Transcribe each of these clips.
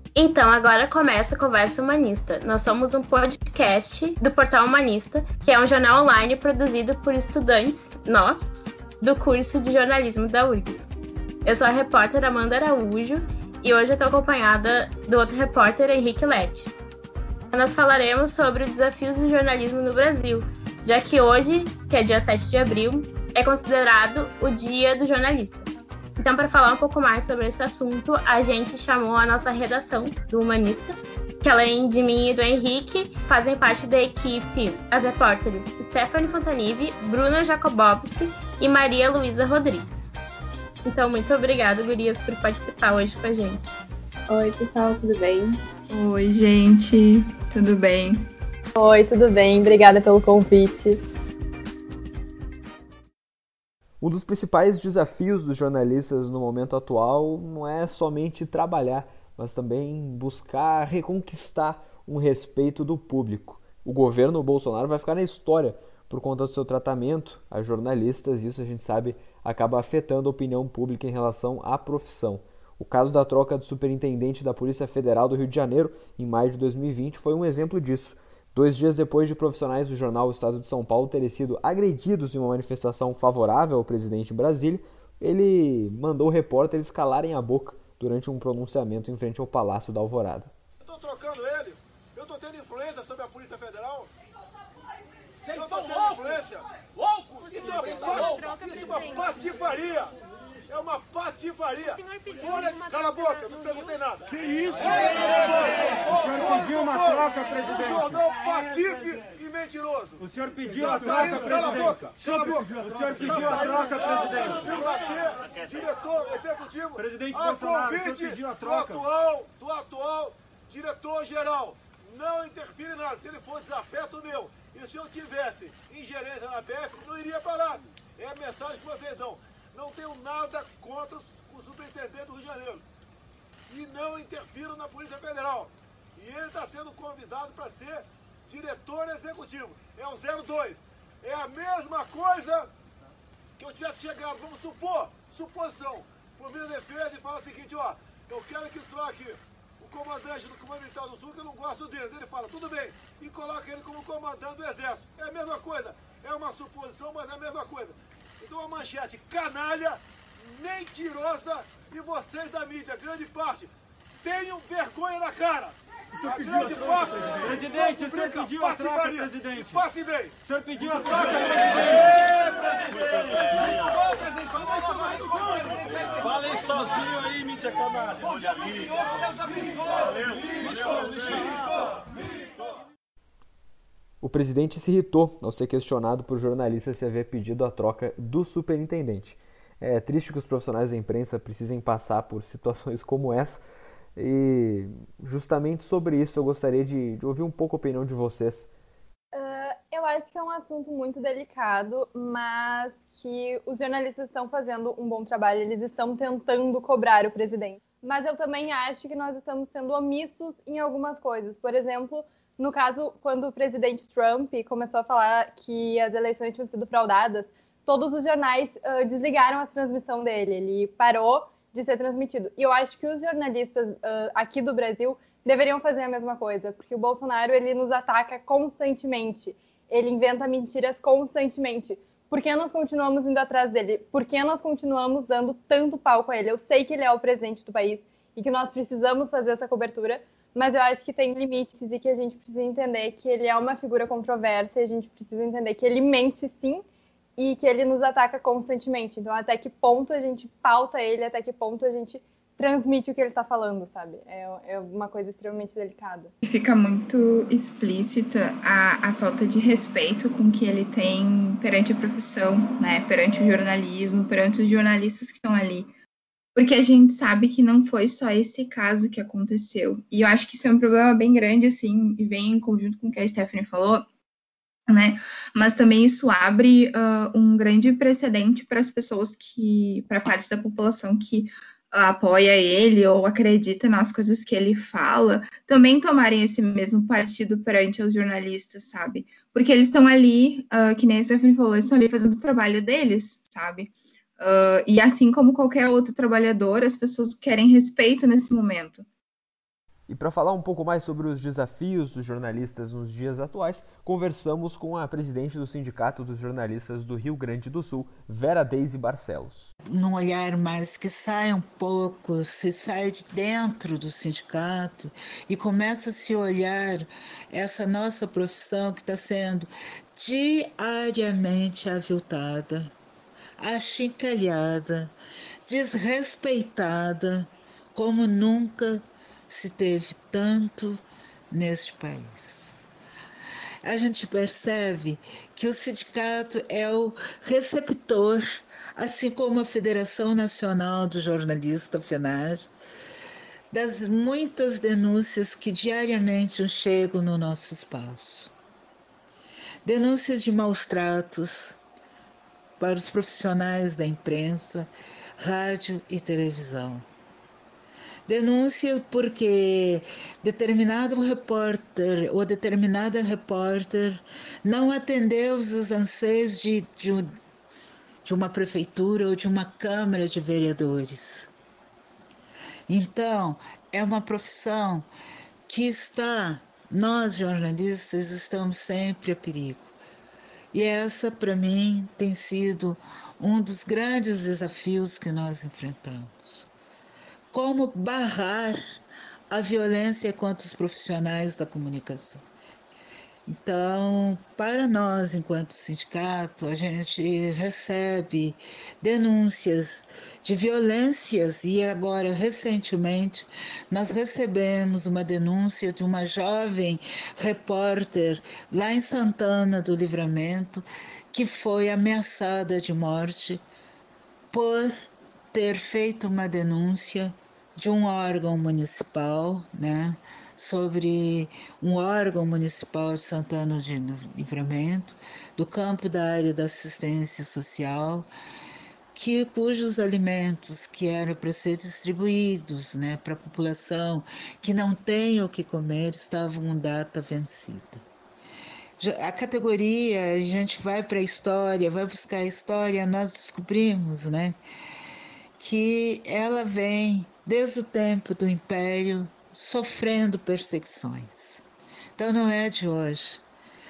Então, agora começa a Conversa Humanista. Nós somos um podcast do Portal Humanista, que é um jornal online produzido por estudantes, nós, do curso de jornalismo da URGS. Eu sou a repórter Amanda Araújo e hoje eu estou acompanhada do outro repórter, Henrique Lete. Nós falaremos sobre os desafios do jornalismo no Brasil, já que hoje, que é dia 7 de abril, é considerado o Dia do Jornalista. Então, para falar um pouco mais sobre esse assunto, a gente chamou a nossa redação do Humanista, que além de mim e do Henrique, fazem parte da equipe as repórteres Stephanie Fontanive, Bruna Jakubowski e Maria Luísa Rodrigues. Então, muito obrigada, gurias, por participar hoje com a gente. Oi, pessoal, tudo bem? Oi, gente, tudo bem? Oi, tudo bem? Obrigada pelo convite. Um dos principais desafios dos jornalistas no momento atual não é somente trabalhar, mas também buscar reconquistar um respeito do público. O governo Bolsonaro vai ficar na história por conta do seu tratamento a jornalistas, e isso a gente sabe acaba afetando a opinião pública em relação à profissão. O caso da troca do superintendente da Polícia Federal do Rio de Janeiro, em maio de 2020, foi um exemplo disso. 2 dias depois de profissionais do jornal O Estado de São Paulo terem sido agredidos em uma manifestação favorável ao presidente em Brasília, ele mandou repórteres calarem a boca durante um pronunciamento em frente ao Palácio da Alvorada. Eu estou trocando ele? Eu estou tendo influência sobre a Polícia Federal? Vocês são loucos! Loucos! Isso é uma patifaria! É uma patifaria! Cala a boca, não perguntei nada. Que isso? O senhor pediu uma troca, presidente. Um jornal patife e mentiroso. O senhor pediu a troca, presidente. Cala a boca! O senhor pediu a troca, presidente. Para ser diretor executivo, Presidente a Bolsonaro, o senhor convite pediu a troca. do atual diretor-geral. Não interfere em nada. Se ele fosse desafeto meu, e se eu tivesse ingerência na BF, não iria parar. É a mensagem que vocês dão. Não tenho nada contra o superintendente do Rio de Janeiro. E não interfiro na Polícia Federal. E ele está sendo convidado para ser diretor executivo. É o 02. É a mesma coisa que eu tivesse chegado, vamos supor, suposição, por minha defesa e falar o seguinte, ó, eu quero que troque o comandante do Comando Militar do Sul, que eu não gosto dele. Ele fala, tudo bem, e coloca ele como comandante do Exército. É a mesma coisa. É uma suposição, mas é a mesma coisa. Então uma manchete canalha, mentirosa, e vocês da mídia, grande parte, tenham vergonha na cara. A grande parte, Presidente, o senhor pediu a troca, presidente. E passe bem. O senhor pediu a troca, presidente! Falem sozinho aí, mídia canalha. Olha ali. O presidente se irritou ao ser questionado por jornalistas se haver pedido a troca do superintendente. É triste que os profissionais da imprensa precisem passar por situações como essa, e justamente sobre isso eu gostaria de ouvir um pouco a opinião de vocês. Eu acho que é um assunto muito delicado, mas que os jornalistas estão fazendo um bom trabalho, eles estão tentando cobrar o presidente. Mas eu também acho que nós estamos sendo omissos em algumas coisas. Por exemplo, no caso, quando o presidente Trump começou a falar que as eleições tinham sido fraudadas, todos os jornais desligaram a transmissão dele, ele parou de ser transmitido. E eu acho que os jornalistas aqui do Brasil deveriam fazer a mesma coisa, porque o Bolsonaro, ele nos ataca constantemente, ele inventa mentiras constantemente. Por que nós continuamos indo atrás dele? Por que nós continuamos dando tanto palco a ele? Eu sei que ele é o presidente do país e que nós precisamos fazer essa cobertura, mas eu acho que tem limites e que a gente precisa entender que ele é uma figura controversa e a gente precisa entender que ele mente sim e que ele nos ataca constantemente. Então, até que ponto a gente pauta ele, até que ponto a gente transmite o que ele está falando, sabe? É uma coisa extremamente delicada. Fica muito explícita a falta de respeito com que ele tem perante a profissão, né? Perante o jornalismo, perante os jornalistas que estão ali. Porque a gente sabe que não foi só esse caso que aconteceu. E eu acho que isso é um problema bem grande, assim, e vem em conjunto com o que a Stephanie falou, né? Mas também isso abre um grande precedente para as pessoas para a parte da população que apoia ele ou acredita nas coisas que ele fala, também tomarem esse mesmo partido perante os jornalistas, sabe? Porque eles estão ali, que nem a Stephanie falou, eles estão ali fazendo o trabalho deles, sabe? E assim como qualquer outro trabalhador, as pessoas querem respeito nesse momento. E para falar um pouco mais sobre os desafios dos jornalistas nos dias atuais, conversamos com a presidente do Sindicato dos Jornalistas do Rio Grande do Sul, Vera Deise Barcelos. Num olhar mais que sai um pouco, se sai de dentro do sindicato e começa a se olhar essa nossa profissão que está sendo diariamente aviltada, achincalhada, desrespeitada, como nunca se teve tanto neste país. A gente percebe que o sindicato é o receptor, assim como a Federação Nacional do Jornalista, FENAR, das muitas denúncias que diariamente chegam no nosso espaço. Denúncias de maus tratos para os profissionais da imprensa, rádio e televisão. Denúncia porque determinado repórter ou determinada repórter não atendeu os anseios de uma prefeitura ou de uma Câmara de Vereadores. Então, é uma profissão que nós jornalistas estamos sempre a perigo. E essa, para mim, tem sido um dos grandes desafios que nós enfrentamos. Como barrar a violência contra os profissionais da comunicação. Então, para nós, enquanto sindicato, a gente recebe denúncias de violências e agora, recentemente, nós recebemos uma denúncia de uma jovem repórter lá em Santana do Livramento que foi ameaçada de morte por ter feito uma denúncia de um órgão municipal, sobre um órgão municipal de Santana de Livramento, do campo da área da assistência social, cujos alimentos que eram para ser distribuídos para a população que não tem o que comer estavam com data vencida. A categoria, a gente vai para a história, vai buscar a história, nós descobrimos que ela vem desde o tempo do Império sofrendo perseguições. Então não é de hoje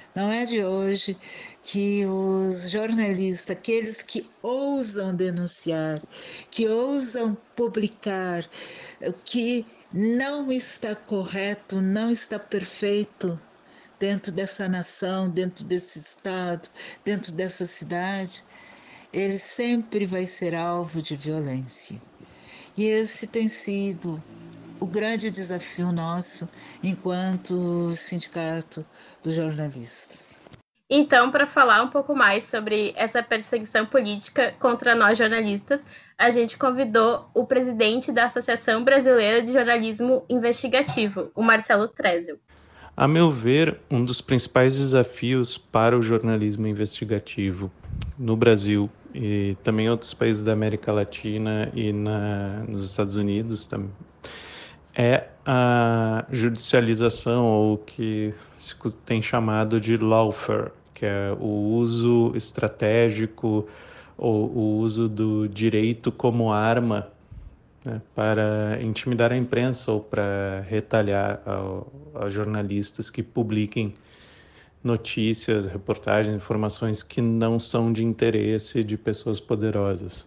que os jornalistas, aqueles que ousam denunciar, que ousam publicar o que não está correto, não está perfeito dentro dessa nação, dentro desse estado, dentro dessa cidade, ele sempre vai ser alvo de violência. E esse tem sido o grande desafio nosso enquanto sindicato dos jornalistas. Então, para falar um pouco mais sobre essa perseguição política contra nós jornalistas, a gente convidou o presidente da Associação Brasileira de Jornalismo Investigativo, o Marcelo Trezel. A meu ver, um dos principais desafios para o jornalismo investigativo no Brasil e também em outros países da América Latina e nos Estados Unidos também, é a judicialização, ou o que se tem chamado de lawfare, que é o uso estratégico ou o uso do direito como arma para intimidar a imprensa ou para retalhar aos jornalistas que publiquem notícias, reportagens, informações que não são de interesse de pessoas poderosas.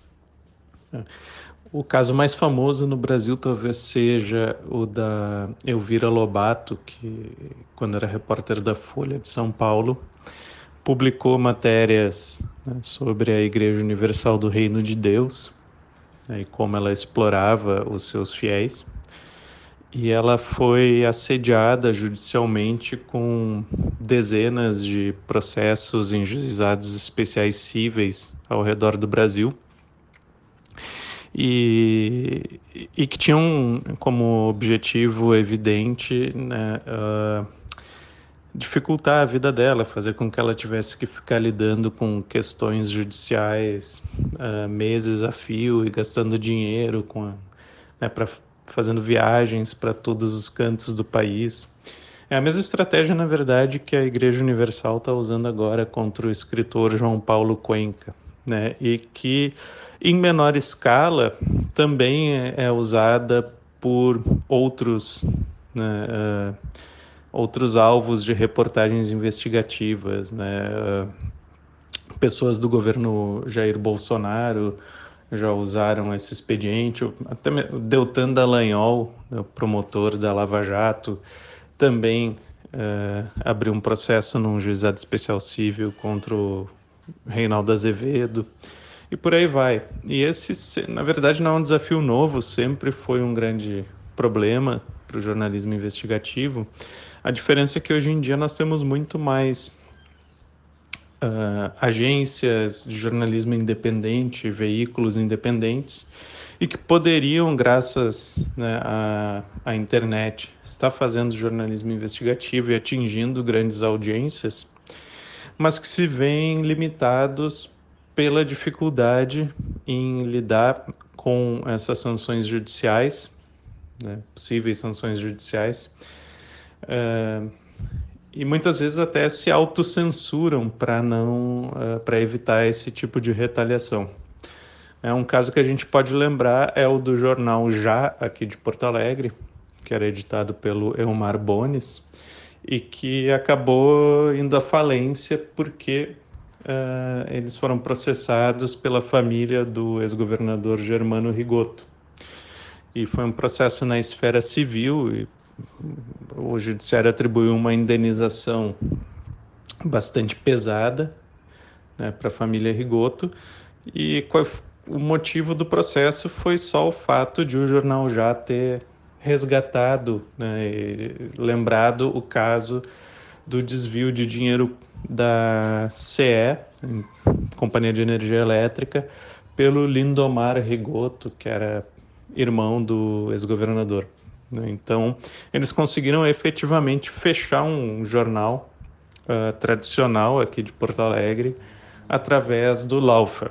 O caso mais famoso no Brasil talvez seja o da Elvira Lobato, que, quando era repórter da Folha de São Paulo, publicou matérias sobre a Igreja Universal do Reino de Deus, e como ela explorava os seus fiéis. E ela foi assediada judicialmente com dezenas de processos em juizados especiais cíveis ao redor do Brasil. E que tinham como objetivo evidente dificultar a vida dela, fazer com que ela tivesse que ficar lidando com questões judiciais meses a fio e gastando dinheiro fazendo viagens para todos os cantos do país. É a mesma estratégia, na verdade, que a Igreja Universal está usando agora contra o escritor João Paulo Cuenca, e que, em menor escala, também é usada por outros né, outros alvos de reportagens investigativas, né, pessoas do governo Jair Bolsonaro já usaram esse expediente, até o Deltan Dallagnol, né, o promotor da Lava Jato, também abriu um processo num juizado especial civil contra o Reinaldo Azevedo, e por aí vai. E esse, na verdade, não é um desafio novo, sempre foi um grande problema para o jornalismo investigativo. A diferença é que hoje em dia nós temos muito mais agências de jornalismo independente, veículos independentes, e que poderiam, graças, né, à internet, estar fazendo jornalismo investigativo e atingindo grandes audiências, mas que se veem limitados pela dificuldade em lidar com essas sanções judiciais, né, possíveis sanções judiciais, e muitas vezes até se autocensuram para evitar esse tipo de retaliação. Um caso que a gente pode lembrar é o do jornal Já, aqui de Porto Alegre, que era editado pelo Elmar Bones, e que acabou indo à falência porque eles foram processados pela família do ex-governador Germano Rigotto. E foi um processo na esfera civil, e o judiciário atribuiu uma indenização bastante pesada, né, para a família Rigotto, e o motivo do processo foi só o fato de o jornal Já ter resgatado, né, e lembrado o caso do desvio de dinheiro da CE, Companhia de Energia Elétrica, pelo Lindomar Rigotto, que era irmão do ex-governador. Então, eles conseguiram efetivamente fechar um jornal tradicional aqui de Porto Alegre através do lawfare.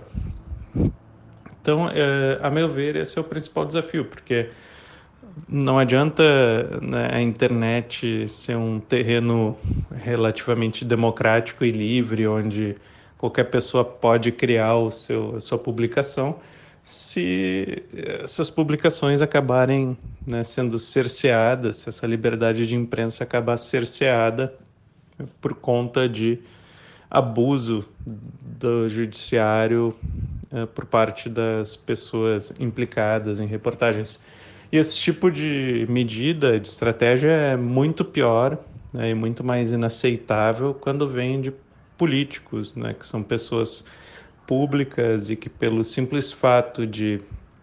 Então, a meu ver, esse é o principal desafio, porque não adianta, né, a internet ser um terreno relativamente democrático e livre, onde qualquer pessoa pode criar a sua publicação, se essas publicações acabarem, né, sendo cerceadas, se essa liberdade de imprensa acabar cerceada por conta de abuso do judiciário por parte das pessoas implicadas em reportagens. E esse tipo de medida, de estratégia, é muito pior, né, e muito mais inaceitável quando vem de políticos, né, que são pessoas públicas e que, pelo simples fato de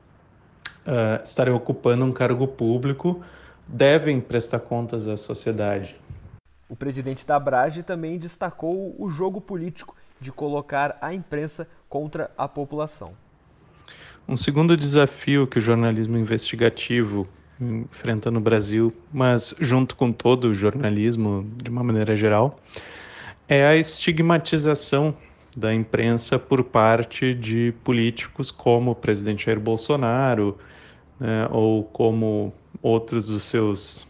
estarem ocupando um cargo público, devem prestar contas à sociedade. O presidente da Abrage também destacou o jogo político de colocar a imprensa contra a população. Um segundo desafio que o jornalismo investigativo enfrenta no Brasil, mas junto com todo o jornalismo de uma maneira geral, é a estigmatização da imprensa por parte de políticos como o presidente Jair Bolsonaro, né, ou como outros dos seus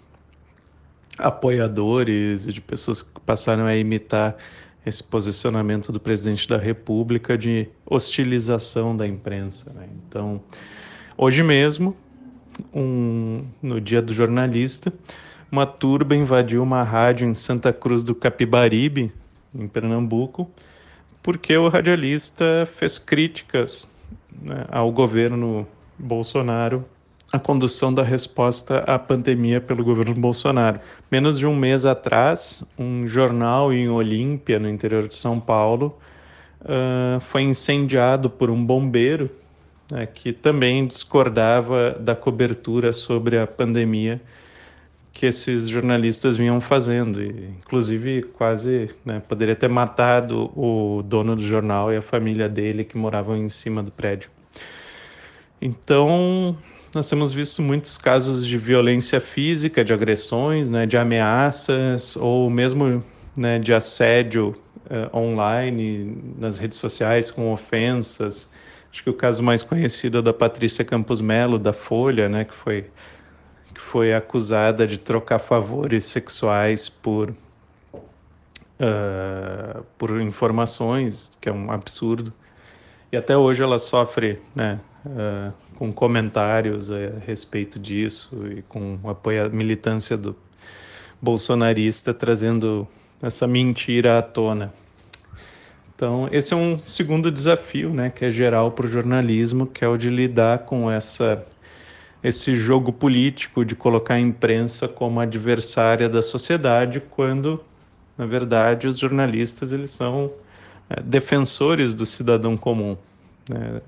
apoiadores e de pessoas que passaram a imitar esse posicionamento do presidente da República de hostilização da imprensa, né? Então, hoje mesmo, no Dia do Jornalista, uma turba invadiu uma rádio em Santa Cruz do Capibaribe, em Pernambuco, porque o radialista fez críticas, né, ao governo Bolsonaro, a condução da resposta à pandemia pelo governo Bolsonaro. Menos de um mês atrás, um jornal em Olímpia, no interior de São Paulo, foi incendiado por um bombeiro, né, que também discordava da cobertura sobre a pandemia que esses jornalistas vinham fazendo. E, inclusive, quase, né, poderia ter matado o dono do jornal e a família dele, que moravam em cima do prédio. Então, nós temos visto muitos casos de violência física, de agressões, né, de ameaças, ou mesmo, né, de assédio online, nas redes sociais, com ofensas. Acho que o caso mais conhecido é da Patrícia Campos Melo, da Folha, né, que foi acusada de trocar favores sexuais por informações, que é um absurdo. E até hoje ela sofre, né, com comentários a respeito disso e com o apoio à militância do bolsonarista, trazendo essa mentira à tona. Então, esse é um segundo desafio, né, que é geral para o jornalismo, que é o de lidar com esse jogo político de colocar a imprensa como adversária da sociedade, quando, na verdade, os jornalistas eles são defensores do cidadão comum, né?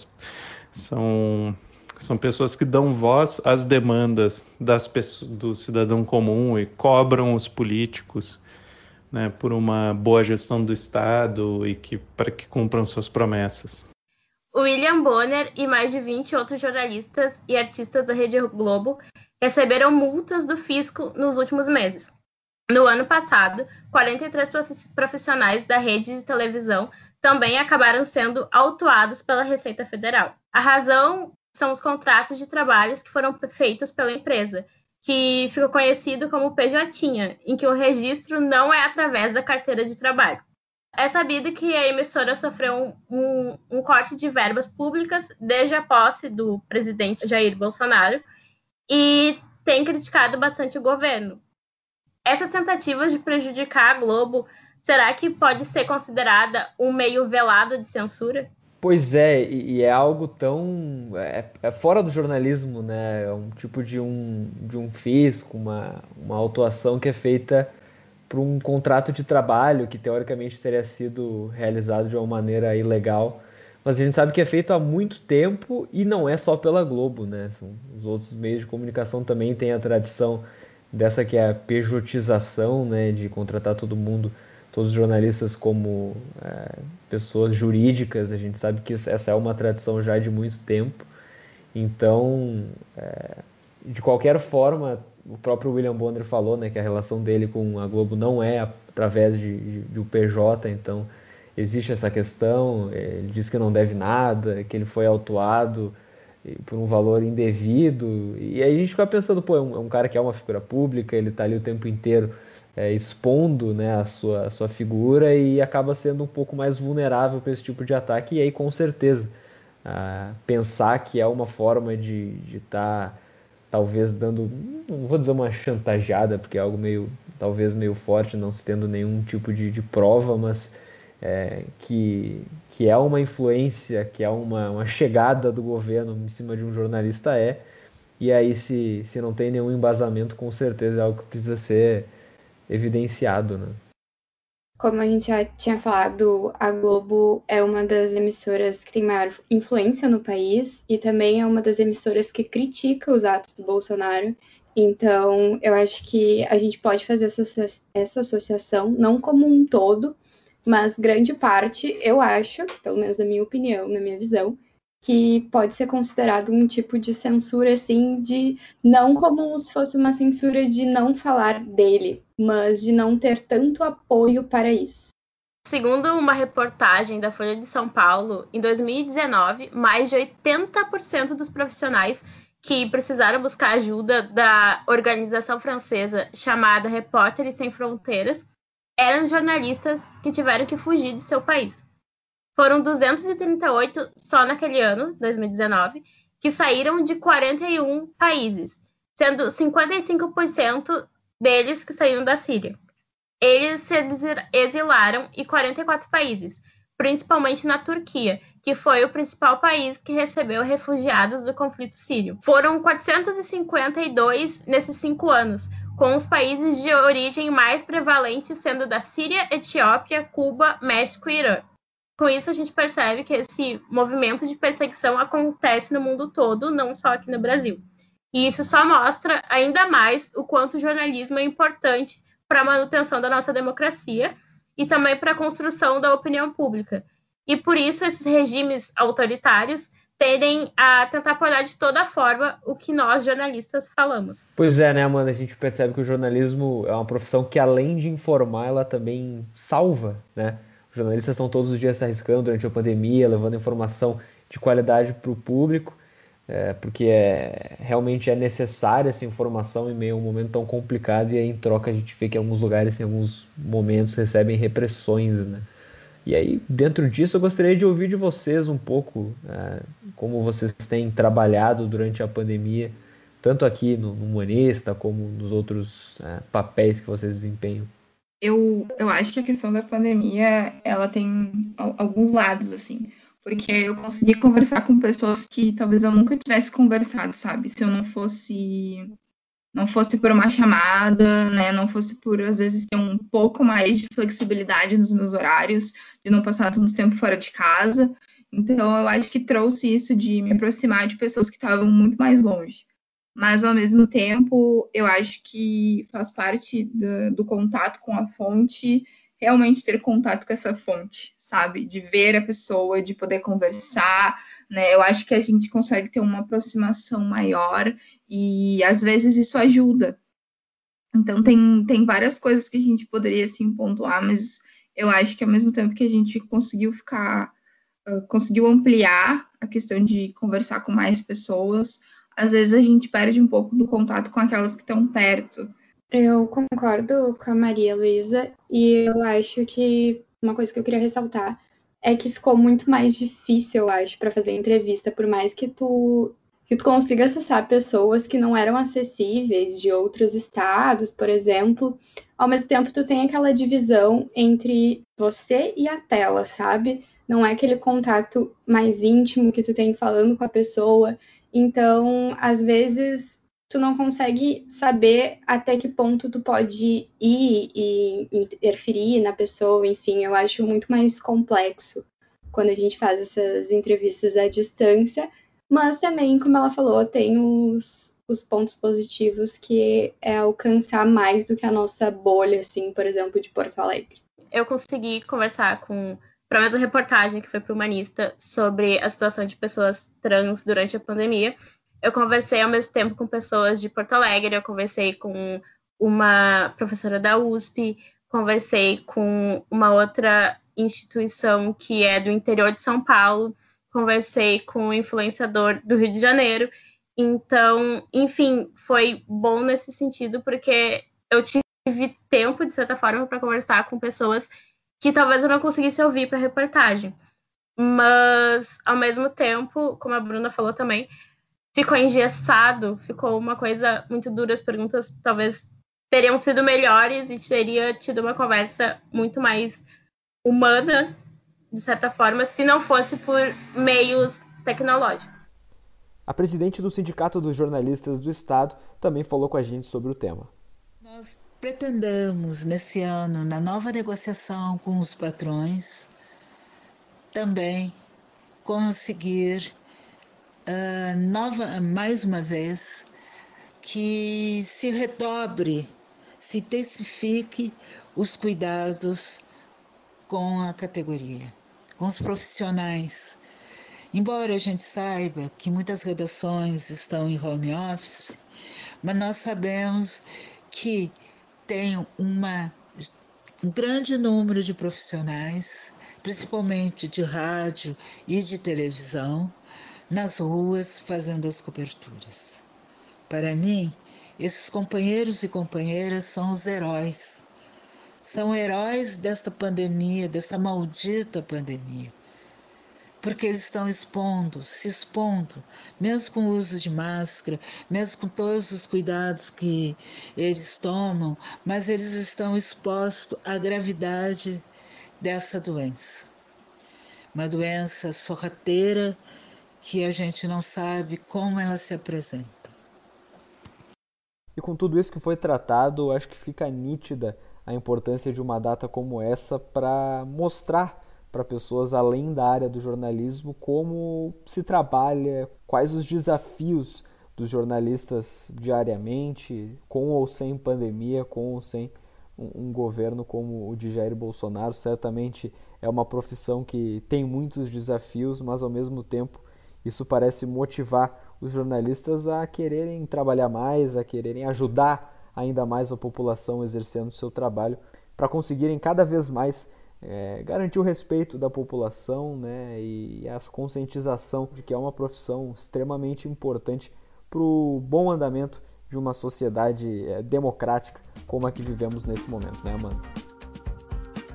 São pessoas que dão voz às demandas do cidadão comum e cobram os políticos, né, por uma boa gestão do Estado e para que cumpram suas promessas. William Bonner e mais de 20 outros jornalistas e artistas da Rede Globo receberam multas do fisco nos últimos meses. No ano passado, 43 profissionais da rede de televisão também acabaram sendo autuados pela Receita Federal. A razão são os contratos de trabalhos que foram feitos pela empresa, que ficou conhecido como PJ, em que o registro não é através da carteira de trabalho. É sabido que a emissora sofreu um corte de verbas públicas desde a posse do presidente Jair Bolsonaro e tem criticado bastante o governo. Essas tentativas de prejudicar a Globo, será que pode ser considerada um meio velado de censura? Pois é, e é algo tão... É fora do jornalismo, né? É um tipo de um fisco, uma autuação que é feita por um contrato de trabalho que teoricamente teria sido realizado de uma maneira ilegal, mas a gente sabe que é feito há muito tempo e não é só pela Globo, né? Os outros meios de comunicação também têm a tradição dessa que é a pejotização, né? De contratar todo mundo, todos os jornalistas como pessoas jurídicas. A gente sabe que essa é uma tradição já de muito tempo. Então, de qualquer forma, o próprio William Bonner falou, né, que a relação dele com a Globo não é através de um PJ, então existe essa questão. Ele diz que não deve nada, que ele foi autuado por um valor indevido, e aí a gente fica pensando, pô, é um cara que é uma figura pública, ele está ali o tempo inteiro expondo, né, a sua figura, e acaba sendo um pouco mais vulnerável para esse tipo de ataque. E aí, com certeza, pensar que é uma forma de estar talvez dando, não vou dizer uma chantageada, porque é algo talvez meio forte, não se tendo nenhum tipo de prova, mas que é uma influência, que é uma chegada do governo em cima de um jornalista e aí se não tem nenhum embasamento, com certeza é algo que precisa ser evidenciado, né? Como a gente já tinha falado, a Globo é uma das emissoras que tem maior influência no país e também é uma das emissoras que critica os atos do Bolsonaro. Então, eu acho que a gente pode fazer essa associação, não como um todo, mas grande parte, eu acho, pelo menos na minha opinião, na minha visão, que pode ser considerado um tipo de censura, assim, de não como se fosse uma censura de não falar dele, mas de não ter tanto apoio para isso. Segundo uma reportagem da Folha de São Paulo, em 2019, mais de 80% dos profissionais que precisaram buscar ajuda da organização francesa chamada Repórteres Sem Fronteiras eram jornalistas que tiveram que fugir de seu país. Foram 238 só naquele ano, 2019, que saíram de 41 países, sendo 55% deles que saíram da Síria. Eles se exilaram em 44 países, principalmente na Turquia, que foi o principal país que recebeu refugiados do conflito sírio. Foram 452 nesses 5 anos, com os países de origem mais prevalentes sendo da Síria, Etiópia, Cuba, México e Irã. Com isso, a gente percebe que esse movimento de perseguição acontece no mundo todo, não só aqui no Brasil. E isso só mostra ainda mais o quanto o jornalismo é importante para a manutenção da nossa democracia e também para a construção da opinião pública. E por isso, esses regimes autoritários tendem a tentar apoiar de toda forma o que nós, jornalistas, falamos. Pois é, né, Amanda? A gente percebe que o jornalismo é uma profissão que, além de informar, ela também salva, né? Os jornalistas estão todos os dias se arriscando durante a pandemia, levando informação de qualidade para o público, porque realmente é necessária essa informação em meio a um momento tão complicado, e aí, em troca, a gente vê que em alguns lugares, em alguns momentos, recebem repressões, né? E aí, dentro disso, eu gostaria de ouvir de vocês um pouco como vocês têm trabalhado durante a pandemia, tanto aqui no Humanista como nos outros papéis que vocês desempenham. Eu acho que a questão da pandemia, ela tem alguns lados, assim, porque eu consegui conversar com pessoas que talvez eu nunca tivesse conversado, sabe? Se eu não fosse por uma chamada, né? Não fosse por, às vezes, ter um pouco mais de flexibilidade nos meus horários, de não passar tanto tempo fora de casa. Então, eu acho que trouxe isso de me aproximar de pessoas que estavam muito mais longe. Mas, ao mesmo tempo, eu acho que faz parte do contato com a fonte, realmente ter contato com essa fonte, sabe? De ver a pessoa, de poder conversar, né? Eu acho que a gente consegue ter uma aproximação maior e, às vezes, isso ajuda. Então, tem várias coisas que a gente poderia, assim, pontuar, mas eu acho que, ao mesmo tempo que a gente conseguiu ampliar a questão de conversar com mais pessoas, às vezes a gente perde um pouco do contato com aquelas que estão perto. Eu concordo com a Maria Luísa e eu acho que uma coisa que eu queria ressaltar é que ficou muito mais difícil, eu acho, para fazer entrevista, por mais que tu consiga acessar pessoas que não eram acessíveis de outros estados, por exemplo. Ao mesmo tempo, tu tem aquela divisão entre você e a tela, sabe? Não é aquele contato mais íntimo que tu tem falando com a pessoa. Então, às vezes, tu não consegue saber até que ponto tu pode ir e interferir na pessoa. Enfim, eu acho muito mais complexo quando a gente faz essas entrevistas à distância. Mas também, como ela falou, tem os pontos positivos, que é alcançar mais do que a nossa bolha, assim, por exemplo, de Porto Alegre. Eu consegui conversar para a mesma reportagem que foi para o Humanista sobre a situação de pessoas trans durante a pandemia. Eu conversei ao mesmo tempo com pessoas de Porto Alegre, eu conversei com uma professora da USP, conversei com uma outra instituição que é do interior de São Paulo, conversei com um influenciador do Rio de Janeiro. Então, enfim, foi bom nesse sentido, porque eu tive tempo, de certa forma, para conversar com pessoas que talvez eu não conseguisse ouvir para a reportagem. Mas, ao mesmo tempo, como a Bruna falou também, ficou engessado, ficou uma coisa muito dura. As perguntas talvez teriam sido melhores e teria tido uma conversa muito mais humana, de certa forma, se não fosse por meios tecnológicos. A presidente do Sindicato dos Jornalistas do Estado também falou com a gente sobre o tema. Nós pretendemos, nesse ano, na nova negociação com os patrões, também conseguir, mais uma vez, que se redobre, se intensifique os cuidados com a categoria, com os profissionais. Embora a gente saiba que muitas redações estão em home office, mas nós sabemos que tem um grande número de profissionais, principalmente de rádio e de televisão, nas ruas fazendo as coberturas. Para mim, esses companheiros e companheiras são os heróis. São heróis dessa pandemia, dessa maldita pandemia. Porque eles estão se expondo, mesmo com o uso de máscara, mesmo com todos os cuidados que eles tomam, mas eles estão expostos à gravidade dessa doença. Uma doença sorrateira que a gente não sabe como ela se apresenta. E com tudo isso que foi tratado, acho que fica nítida a importância de uma data como essa para mostrar para pessoas além da área do jornalismo como se trabalha, quais os desafios dos jornalistas diariamente, com ou sem pandemia, com ou sem um governo como o de Jair Bolsonaro. Certamente é uma profissão que tem muitos desafios, mas ao mesmo tempo isso parece motivar os jornalistas a quererem trabalhar mais, a quererem ajudar ainda mais a população exercendo o seu trabalho, para conseguirem cada vez mais garantir o respeito da população, né, e a conscientização de que é uma profissão extremamente importante para o bom andamento de uma sociedade democrática como a que vivemos nesse momento, né, Amanda?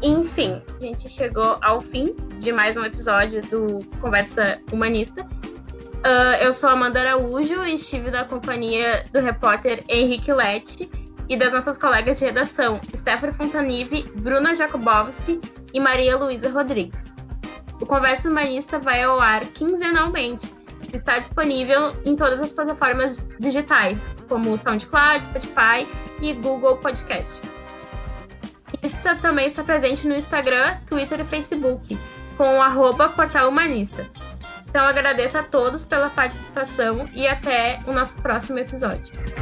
Enfim, a gente chegou ao fim de mais um episódio do Conversa Humanista. Eu sou Amanda Araújo e estive na companhia do repórter Henrique Lete e das nossas colegas de redação, Stephanie Fontanive, Bruna Jakubowski e Maria Luísa Rodrigues. O Conversa Humanista vai ao ar quinzenalmente. Está disponível em todas as plataformas digitais, como o SoundCloud, Spotify e Google Podcast. Esta também está presente no Instagram, Twitter e Facebook, com o @Portal Humanista. Então agradeço a todos pela participação e até o nosso próximo episódio.